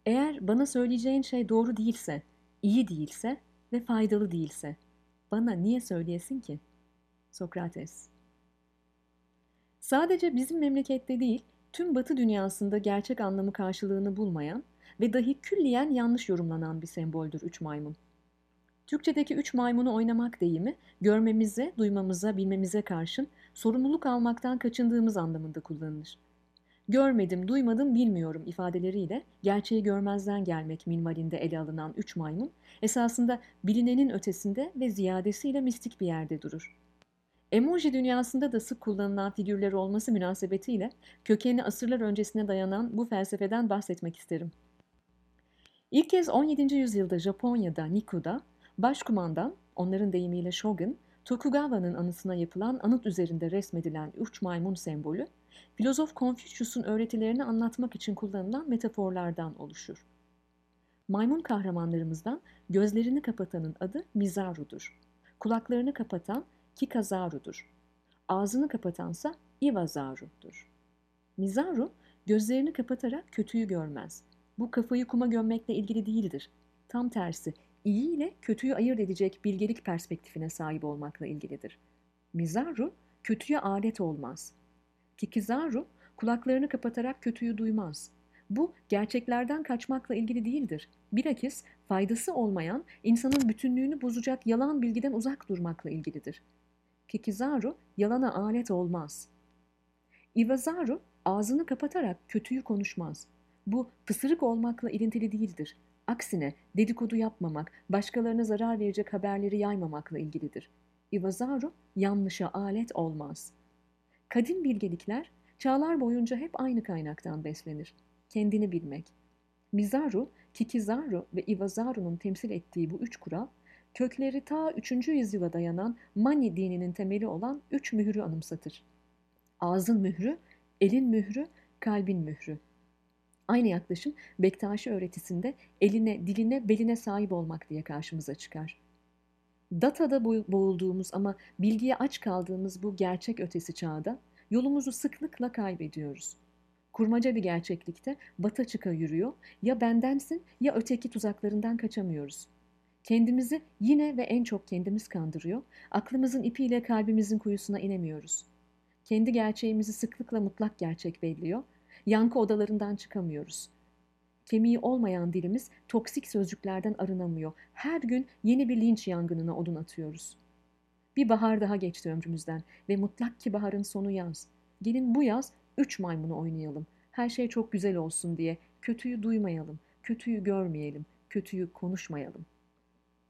Eğer bana söyleyeceğin şey doğru değilse, iyi değilse ve faydalı değilse, bana niye söyleyesin ki? Sokrates. Sadece bizim memlekette değil, tüm Batı dünyasında gerçek anlamı karşılığını bulmayan ve dahi külliyen yanlış yorumlanan bir semboldür üç maymun. Türkçedeki üç maymunu oynamak deyimi, görmemize, duymamıza, bilmemize karşın sorumluluk almaktan kaçındığımız anlamında kullanılır. Görmedim, duymadım, bilmiyorum ifadeleriyle gerçeği görmezden gelmek minvalinde ele alınan üç maymun, esasında bilinenin ötesinde ve ziyadesiyle mistik bir yerde durur. Emoji dünyasında da sık kullanılan figürleri olması münasebetiyle kökeni asırlar öncesine dayanan bu felsefeden bahsetmek isterim. İlk kez 17. yüzyılda Japonya'da Nikko'da başkumandan, onların deyimiyle shogun, Tokugawa'nın anısına yapılan anıt üzerinde resmedilen üç maymun sembolü, filozof Confucius'un öğretilerini anlatmak için kullanılan metaforlardan oluşur. Maymun kahramanlarımızdan gözlerini kapatanın adı Mizaru'dur. Kulaklarını kapatan Kikazaru'dur. Ağzını kapatansa Iwazaru'dur. Mizaru gözlerini kapatarak kötüyü görmez. Bu kafayı kuma gömmekle ilgili değildir. Tam tersi, iyi ile kötüyü ayırt edecek bilgelik perspektifine sahip olmakla ilgilidir. Mizaru kötüye alet olmaz. Kikizaru kulaklarını kapatarak kötüyü duymaz. Bu gerçeklerden kaçmakla ilgili değildir. Bilakis faydası olmayan, insanın bütünlüğünü bozacak yalan bilgiden uzak durmakla ilgilidir. Kikizaru yalana alet olmaz. Iwazaru ağzını kapatarak kötüyü konuşmaz. Bu pısırık olmakla ilintili değildir. Aksine dedikodu yapmamak, başkalarına zarar verecek haberleri yaymamakla ilgilidir. Iwazaru yanlışa alet olmaz. Kadim bilgelikler çağlar boyunca hep aynı kaynaktan beslenir. Kendini bilmek. Mizaru, Kikizaru ve Iwazaru'nun temsil ettiği bu üç kural, kökleri ta 3. yüzyıla dayanan Mani dininin temeli olan üç mührü anımsatır. Ağzın mührü, elin mührü, kalbin mührü. Aynı yaklaşım Bektaşi öğretisinde eline, diline, beline sahip olmak diye karşımıza çıkar. Datada boğulduğumuz ama bilgiye aç kaldığımız bu gerçek ötesi çağda yolumuzu sıklıkla kaybediyoruz. Kurmaca bir gerçeklikte bata çıka yürüyor, ya bendensin ya öteki tuzaklarından kaçamıyoruz. Kendimizi yine ve en çok kendimiz kandırıyor, aklımızın ipiyle kalbimizin kuyusuna inemiyoruz. Kendi gerçeğimizi sıklıkla mutlak gerçek belliyor, yankı odalarından çıkamıyoruz. Kemiği olmayan dilimiz toksik sözcüklerden arınamıyor. Her gün yeni bir linç yangınına odun atıyoruz. Bir bahar daha geçti ömrümüzden ve mutlak ki baharın sonu yaz. Gelin bu yaz üç maymunu oynayalım. Her şey çok güzel olsun diye kötüyü duymayalım, kötüyü görmeyelim, kötüyü konuşmayalım.